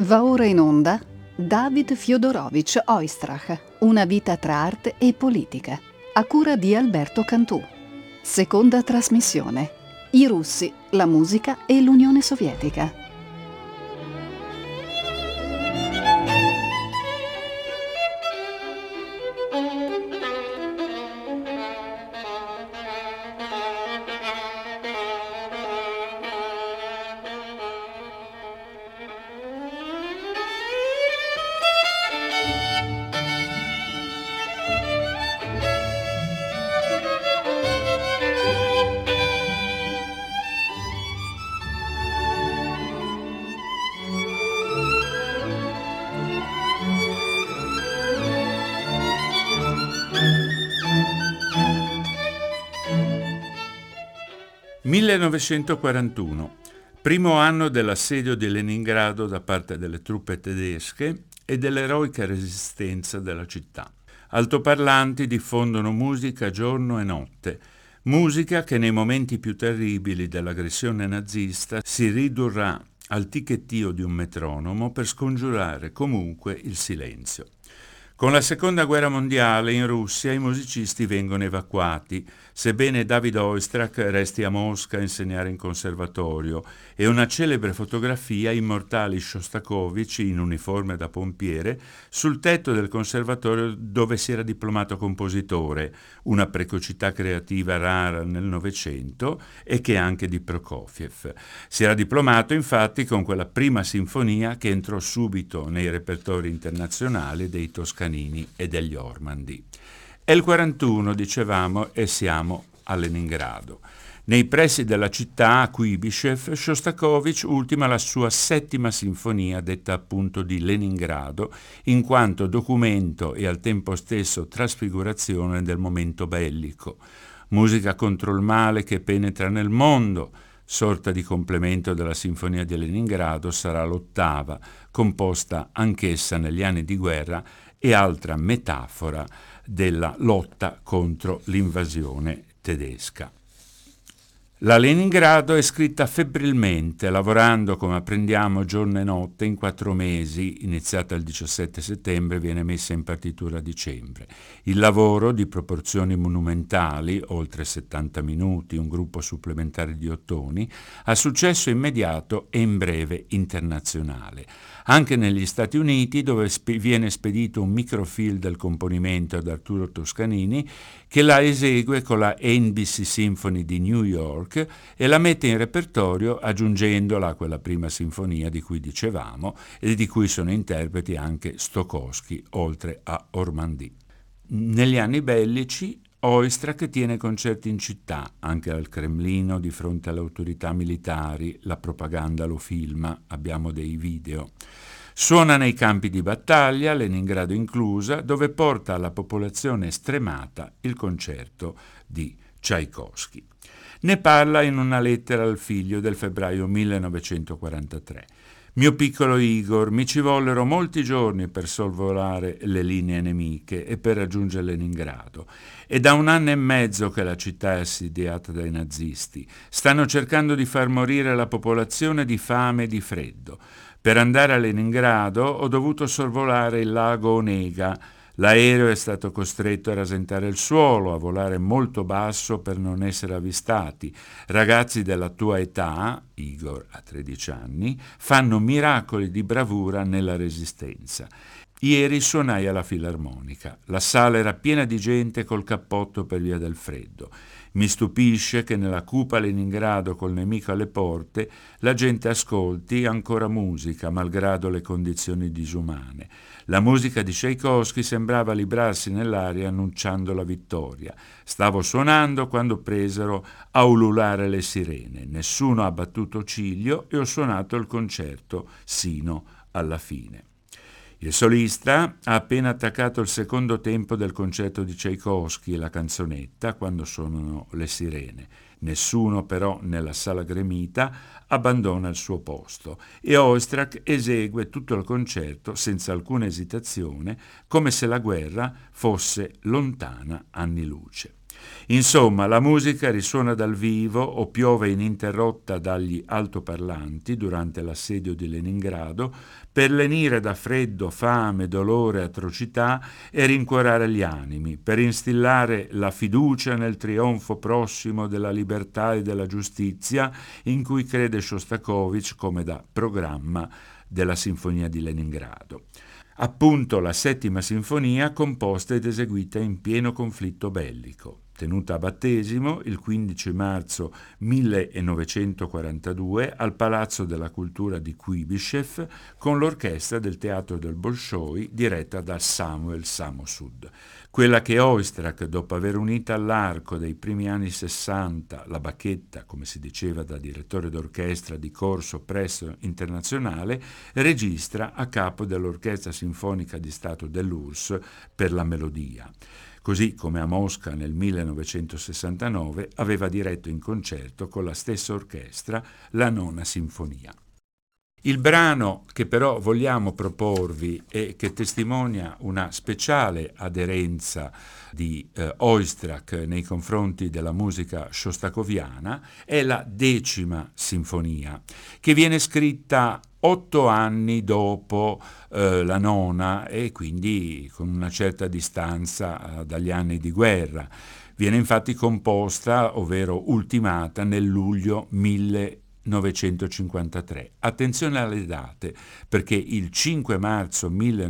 Va ora in onda David Fyodorovich Oistrach, Una vita tra arte e politica, a cura di Alberto Cantù. Seconda trasmissione. I russi, la musica e l'Unione Sovietica. «1941, primo anno dell'assedio di Leningrado da parte delle truppe tedesche e dell'eroica resistenza della città. Altoparlanti diffondono musica giorno e notte, musica che nei momenti più terribili dell'aggressione nazista si ridurrà al ticchettio di un metronomo per scongiurare comunque il silenzio. Con la seconda guerra mondiale in Russia i musicisti vengono evacuati, sebbene David Oistrach resti a Mosca a insegnare in conservatorio, e una celebre fotografia immortali Shostakovich in uniforme da pompiere sul tetto del conservatorio dove si era diplomato compositore, una precocità creativa rara nel Novecento e che anche di Prokofiev. Si era diplomato infatti con quella prima sinfonia che entrò subito nei repertori internazionali dei toscanini e degli Ormandi. È il 41, dicevamo, e siamo a Leningrado. Nei pressi della città, a Kuibyshev, Shostakovich ultima la sua settima sinfonia, detta appunto di Leningrado, in quanto documento e al tempo stesso trasfigurazione del momento bellico. Musica contro il male che penetra nel mondo, sorta di complemento della Sinfonia di Leningrado, sarà l'ottava, composta anch'essa negli anni di guerra e altra metafora della lotta contro l'invasione tedesca. La Leningrado è scritta febbrilmente, lavorando, come apprendiamo, giorno e notte in 4 mesi, iniziata il 17 settembre, viene messa in partitura a dicembre. Il lavoro, di proporzioni monumentali, oltre 70 minuti, un gruppo supplementare di ottoni, ha successo immediato e in breve internazionale. Anche negli Stati Uniti, dove viene spedito un microfilm del componimento ad Arturo Toscanini, che la esegue con la NBC Symphony di New York e la mette in repertorio aggiungendola a quella prima sinfonia di cui dicevamo e di cui sono interpreti anche Stokowski, oltre a Ormandy. Negli anni bellici Oistrach tiene concerti in città, anche al Cremlino, di fronte alle autorità militari, la propaganda lo filma, abbiamo dei video. Suona nei campi di battaglia, Leningrado inclusa, dove porta alla popolazione stremata il concerto di Tchaikovsky. Ne parla in una lettera al figlio del febbraio 1943. Mio piccolo Igor, mi ci vollero molti giorni per sorvolare le linee nemiche e per raggiungere Leningrado. È da 1 anno e mezzo che la città è assediata dai nazisti. Stanno cercando di far morire la popolazione di fame e di freddo. Per andare a Leningrado ho dovuto sorvolare il lago Onega. L'aereo è stato costretto a rasentare il suolo, a volare molto basso per non essere avvistati. Ragazzi della tua età, Igor ha 13 anni, fanno miracoli di bravura nella resistenza. Ieri suonai alla Filarmonica. La sala era piena di gente col cappotto per via del freddo. Mi stupisce che nella cupa Leningrado col nemico alle porte la gente ascolti ancora musica, malgrado le condizioni disumane. La musica di Tchaikovsky sembrava librarsi nell'aria annunciando la vittoria. Stavo suonando quando presero a ululare le sirene. Nessuno ha battuto ciglio e ho suonato il concerto sino alla fine. Il solista ha appena attaccato il secondo tempo del concerto di Tchaikovsky e la canzonetta quando suonano le sirene. Nessuno però nella sala gremita abbandona il suo posto e Oistrach esegue tutto il concerto senza alcuna esitazione, come se la guerra fosse lontana anni luce. Insomma, la musica risuona dal vivo o piove ininterrotta dagli altoparlanti durante l'assedio di Leningrado per lenire da freddo, fame, dolore, atrocità e rincuorare gli animi, per instillare la fiducia nel trionfo prossimo della libertà e della giustizia in cui crede Shostakovich come da programma della Sinfonia di Leningrado. Appunto la settima sinfonia composta ed eseguita in pieno conflitto bellico, tenuta a battesimo il 15 marzo 1942 al Palazzo della Cultura di Kuibyshev con l'orchestra del Teatro del Bolshoi diretta da Samuel Samosud. Quella che Oistrakh, dopo aver unita all'arco dei primi anni 60 la bacchetta, come si diceva da direttore d'orchestra di corso presso internazionale, registra a capo dell'Orchestra Sinfonica di Stato dell'URSS per la melodia. Così come a Mosca nel 1969 aveva diretto in concerto con la stessa orchestra la Nona Sinfonia. Il brano che però vogliamo proporvi e che testimonia una speciale aderenza di Oistrakh nei confronti della musica shostakoviana è la Decima Sinfonia, che viene scritta 8 anni dopo la nona e quindi con una certa distanza dagli anni di guerra. Viene infatti composta, ovvero ultimata, nel luglio 1953. Attenzione alle date, perché il 5 marzo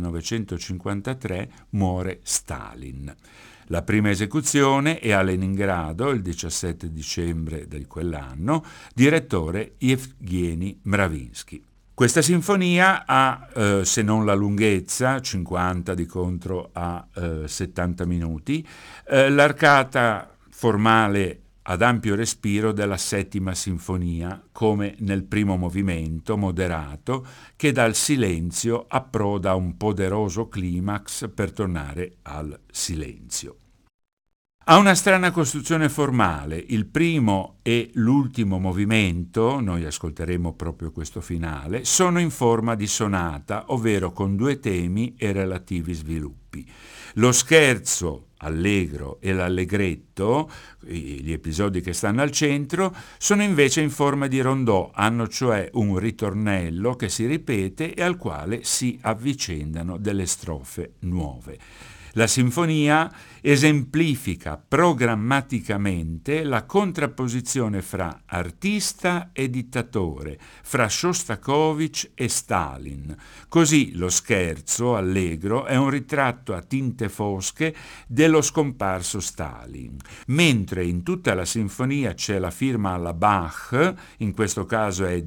1953 muore Stalin. La prima esecuzione è a Leningrado il 17 dicembre di quell'anno, direttore Evgeny Mravinsky. Questa sinfonia ha, se non la lunghezza, 50 di contro a 70 minuti, l'arcata formale ad ampio respiro della settima sinfonia, come nel primo movimento moderato, che dal silenzio approda a un poderoso climax per tornare al silenzio. Ha una strana costruzione formale. Il primo e l'ultimo movimento, noi ascolteremo proprio questo finale, sono in forma di sonata, ovvero con 2 temi e relativi sviluppi. Lo scherzo allegro e l'allegretto, gli episodi che stanno al centro, sono invece in forma di rondò, hanno cioè un ritornello che si ripete e al quale si avvicendano delle strofe nuove. La sinfonia esemplifica programmaticamente la contrapposizione fra artista e dittatore, fra Shostakovich e Stalin. Così lo scherzo allegro è un ritratto a tinte fosche dello scomparso Stalin, mentre in tutta la sinfonia c'è la firma alla Bach, in questo caso è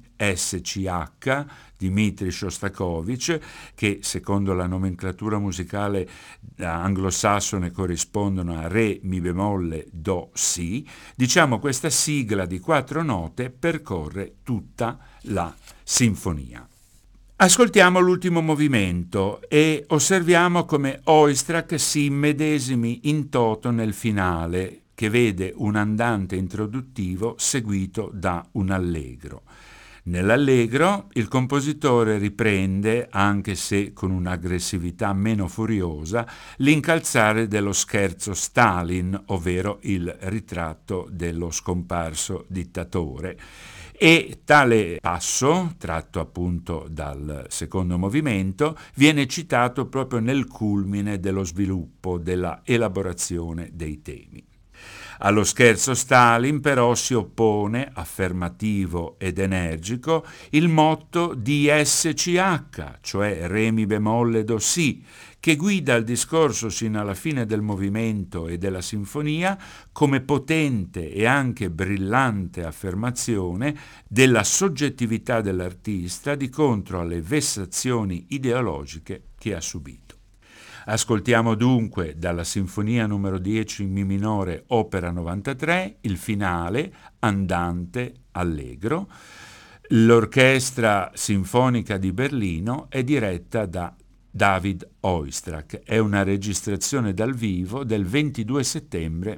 DSCH, Dmitri Shostakovich, che secondo la nomenclatura musicale anglosassone corrispondono a Re, Mi bemolle, Do, Si. Diciamo questa sigla di 4 note percorre tutta la sinfonia. Ascoltiamo l'ultimo movimento e osserviamo come Oistrakh si immedesimi in toto nel finale, che vede un andante introduttivo seguito da un allegro. Nell'allegro il compositore riprende, anche se con un'aggressività meno furiosa, l'incalzare dello scherzo Stalin, ovvero il ritratto dello scomparso dittatore. E tale passo, tratto appunto dal secondo movimento, viene citato proprio nel culmine dello sviluppo, della elaborazione dei temi. Allo scherzo Stalin però si oppone, affermativo ed energico, il motto DSCH, cioè Re mi bemolle do si, che guida il discorso sino alla fine del movimento e della sinfonia come potente e anche brillante affermazione della soggettività dell'artista di contro alle vessazioni ideologiche che ha subito. Ascoltiamo dunque dalla Sinfonia numero 10 in Mi minore, opera 93, il finale, andante, allegro. L'Orchestra Sinfonica di Berlino è diretta da David Oistrakh. È una registrazione dal vivo del 22 settembre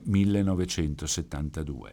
1972.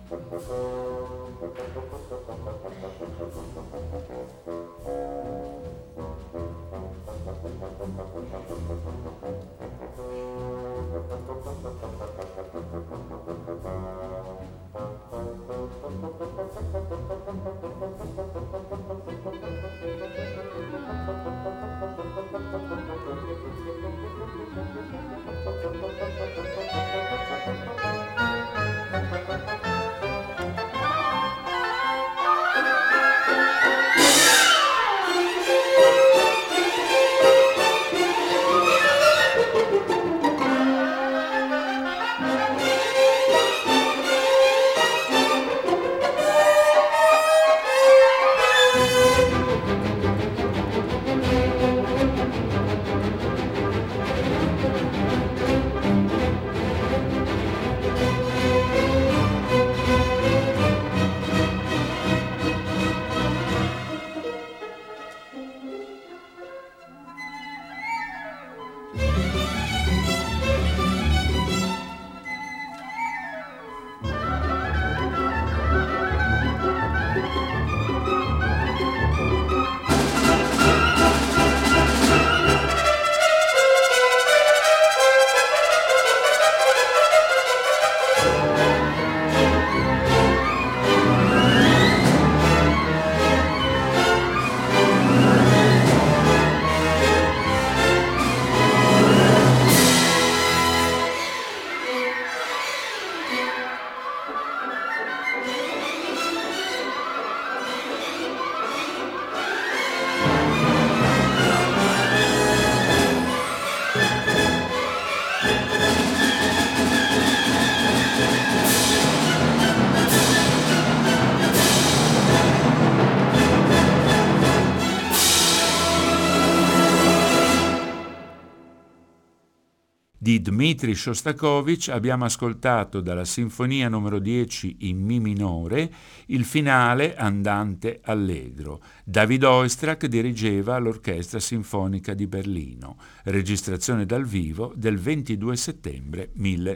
Di Dmitri Shostakovich abbiamo ascoltato dalla Sinfonia numero 10 in Mi minore il finale andante allegro. David Oistrakh dirigeva l'Orchestra Sinfonica di Berlino, registrazione dal vivo del 22 settembre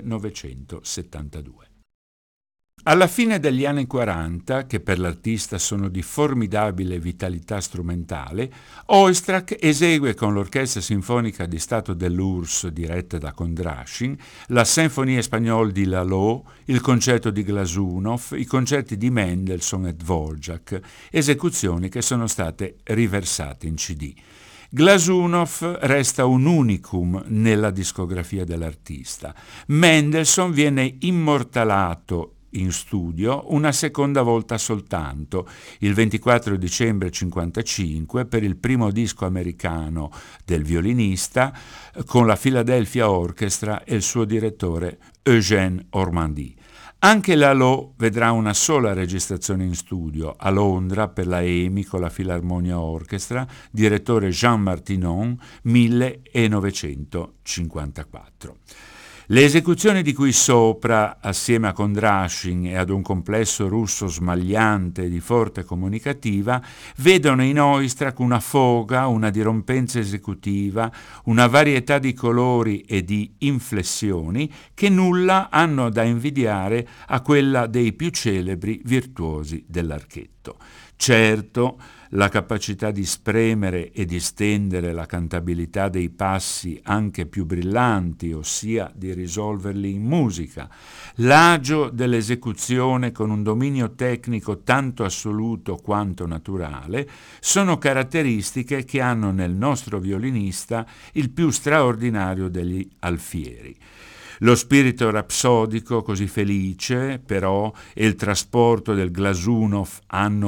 1972. Alla fine degli anni 40, che per l'artista sono di formidabile vitalità strumentale, Oistrakh esegue con l'Orchestra Sinfonica di Stato dell'URSS diretta da Kondrashin, la Symphonie Espagnole di Lalo, il concerto di Glazunov, i concerti di Mendelssohn e Dvorak, esecuzioni che sono state riversate in CD. Glazunov resta un unicum nella discografia dell'artista. Mendelssohn viene immortalato in studio una seconda volta soltanto, il 24 dicembre 1955, per il primo disco americano del violinista con la Philadelphia Orchestra e il suo direttore Eugène Ormandy. Anche Lalo vedrà una sola registrazione in studio, a Londra per la EMI con la Philharmonia Orchestra, direttore Jean Martinon, 1954. Le esecuzioni di qui sopra, assieme a Kondrashin e ad un complesso russo smagliante e di forte comunicativa, vedono in Oistrakh una foga, una dirompenza esecutiva, una varietà di colori e di inflessioni che nulla hanno da invidiare a quella dei più celebri virtuosi dell'archetto. Certo, la capacità di spremere e di stendere la cantabilità dei passi anche più brillanti, ossia di risolverli in musica, l'agio dell'esecuzione con un dominio tecnico tanto assoluto quanto naturale, sono caratteristiche che hanno nel nostro violinista il più straordinario degli alfieri. Lo spirito rapsodico così felice, però, e il trasporto del Glazunov anno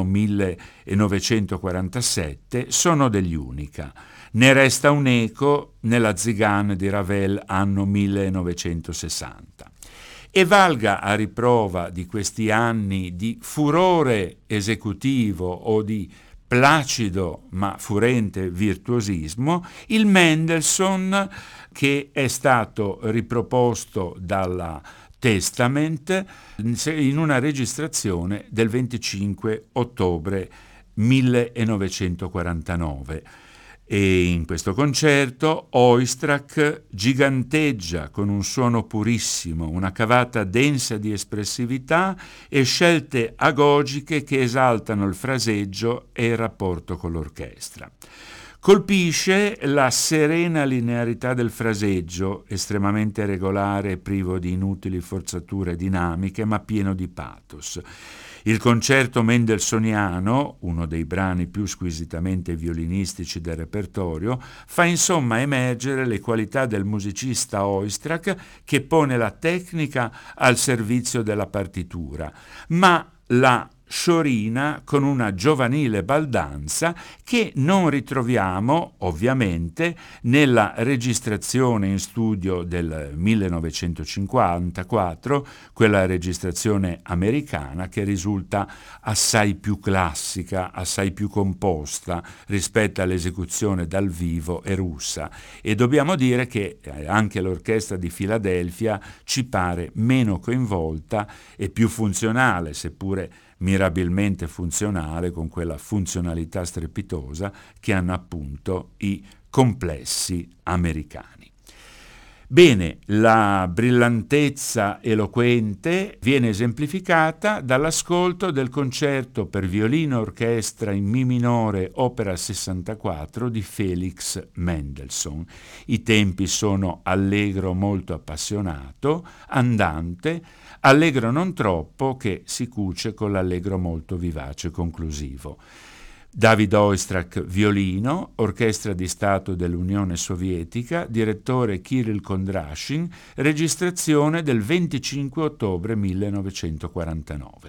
1947 sono degli Unica. Ne resta un eco nella Zigane di Ravel anno 1960. E valga a riprova di questi anni di furore esecutivo o di placido ma furente virtuosismo, il Mendelssohn che è stato riproposto dalla Testament in una registrazione del 25 ottobre 1949. E in questo concerto Oistrakh giganteggia con un suono purissimo, una cavata densa di espressività e scelte agogiche che esaltano il fraseggio e il rapporto con l'orchestra. Colpisce la serena linearità del fraseggio, estremamente regolare e privo di inutili forzature dinamiche, ma pieno di pathos. Il concerto mendelssohniano, uno dei brani più squisitamente violinistici del repertorio, fa insomma emergere le qualità del musicista Oistrakh che pone la tecnica al servizio della partitura, ma la sciorina con una giovanile baldanza che non ritroviamo ovviamente nella registrazione in studio del 1954, quella registrazione americana che risulta assai più classica, assai più composta rispetto all'esecuzione dal vivo e russa, e dobbiamo dire che anche l'orchestra di Filadelfia ci pare meno coinvolta e più funzionale, seppure mirabilmente funzionale, con quella funzionalità strepitosa che hanno appunto i complessi americani. Bene, la brillantezza eloquente viene esemplificata dall'ascolto del concerto per violino e orchestra in Mi minore, opera 64 di Felix Mendelssohn. I tempi sono allegro molto appassionato, andante, allegro non troppo, che si cuce con l'allegro molto vivace conclusivo. David Oistrakh violino, Orchestra di Stato dell'Unione Sovietica, direttore Kirill Kondrashin, registrazione del 25 ottobre 1949.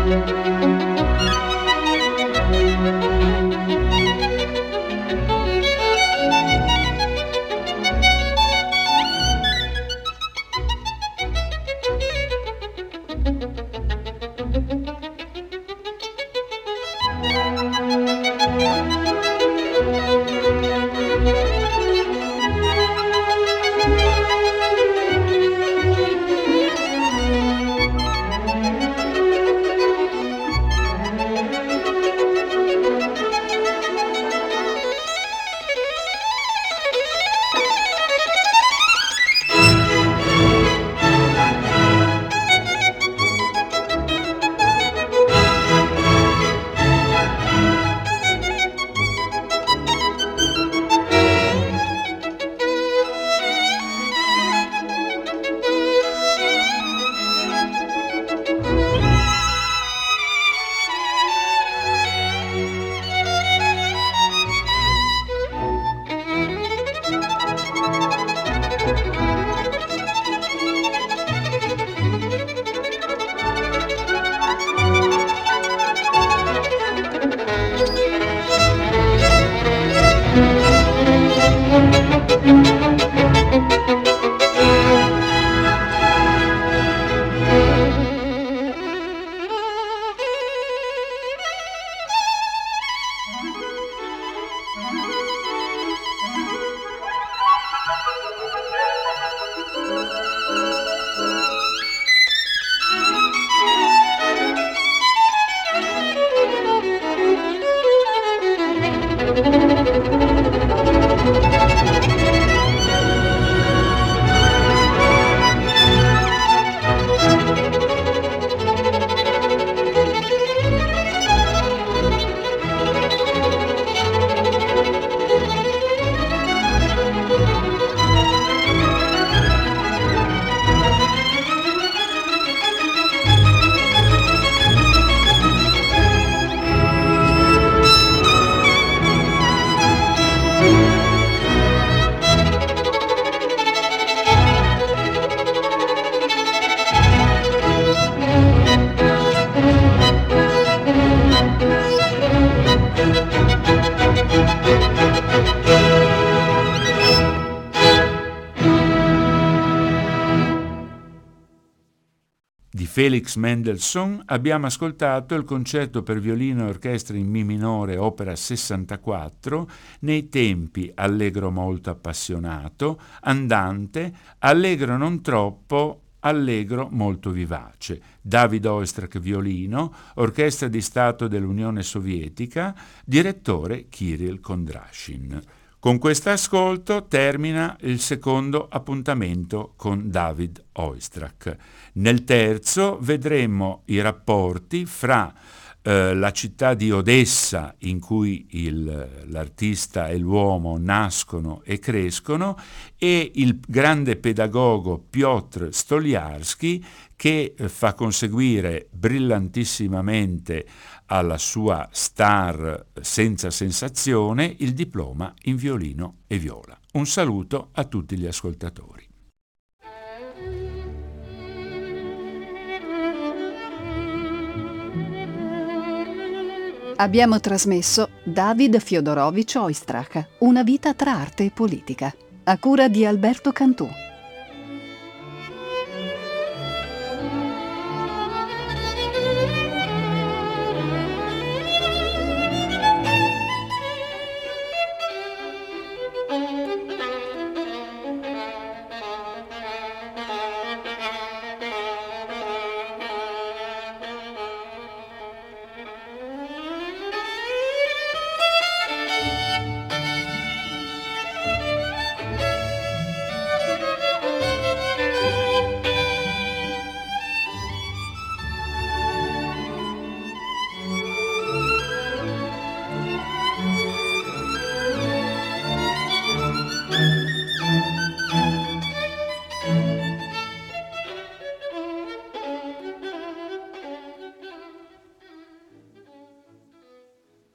Felix Mendelssohn abbiamo ascoltato il concerto per violino e orchestra in Mi minore, opera 64, nei tempi allegro molto appassionato, andante, allegro non troppo, allegro molto vivace. David Oistrakh violino, Orchestra di Stato dell'Unione Sovietica, direttore Kirill Kondrashin. Con questo ascolto termina il secondo appuntamento con David Oistrakh. Nel terzo vedremo i rapporti fra la città di Odessa, in cui l'artista e l'uomo nascono e crescono, e il grande pedagogo Piotr Stoliarsky, che fa conseguire brillantissimamente alla sua star senza sensazione il diploma in violino e viola. Un saluto a tutti gli ascoltatori. Abbiamo trasmesso David Fyodorovich Oistrakh, Una vita tra arte e politica, a cura di Alberto Cantù.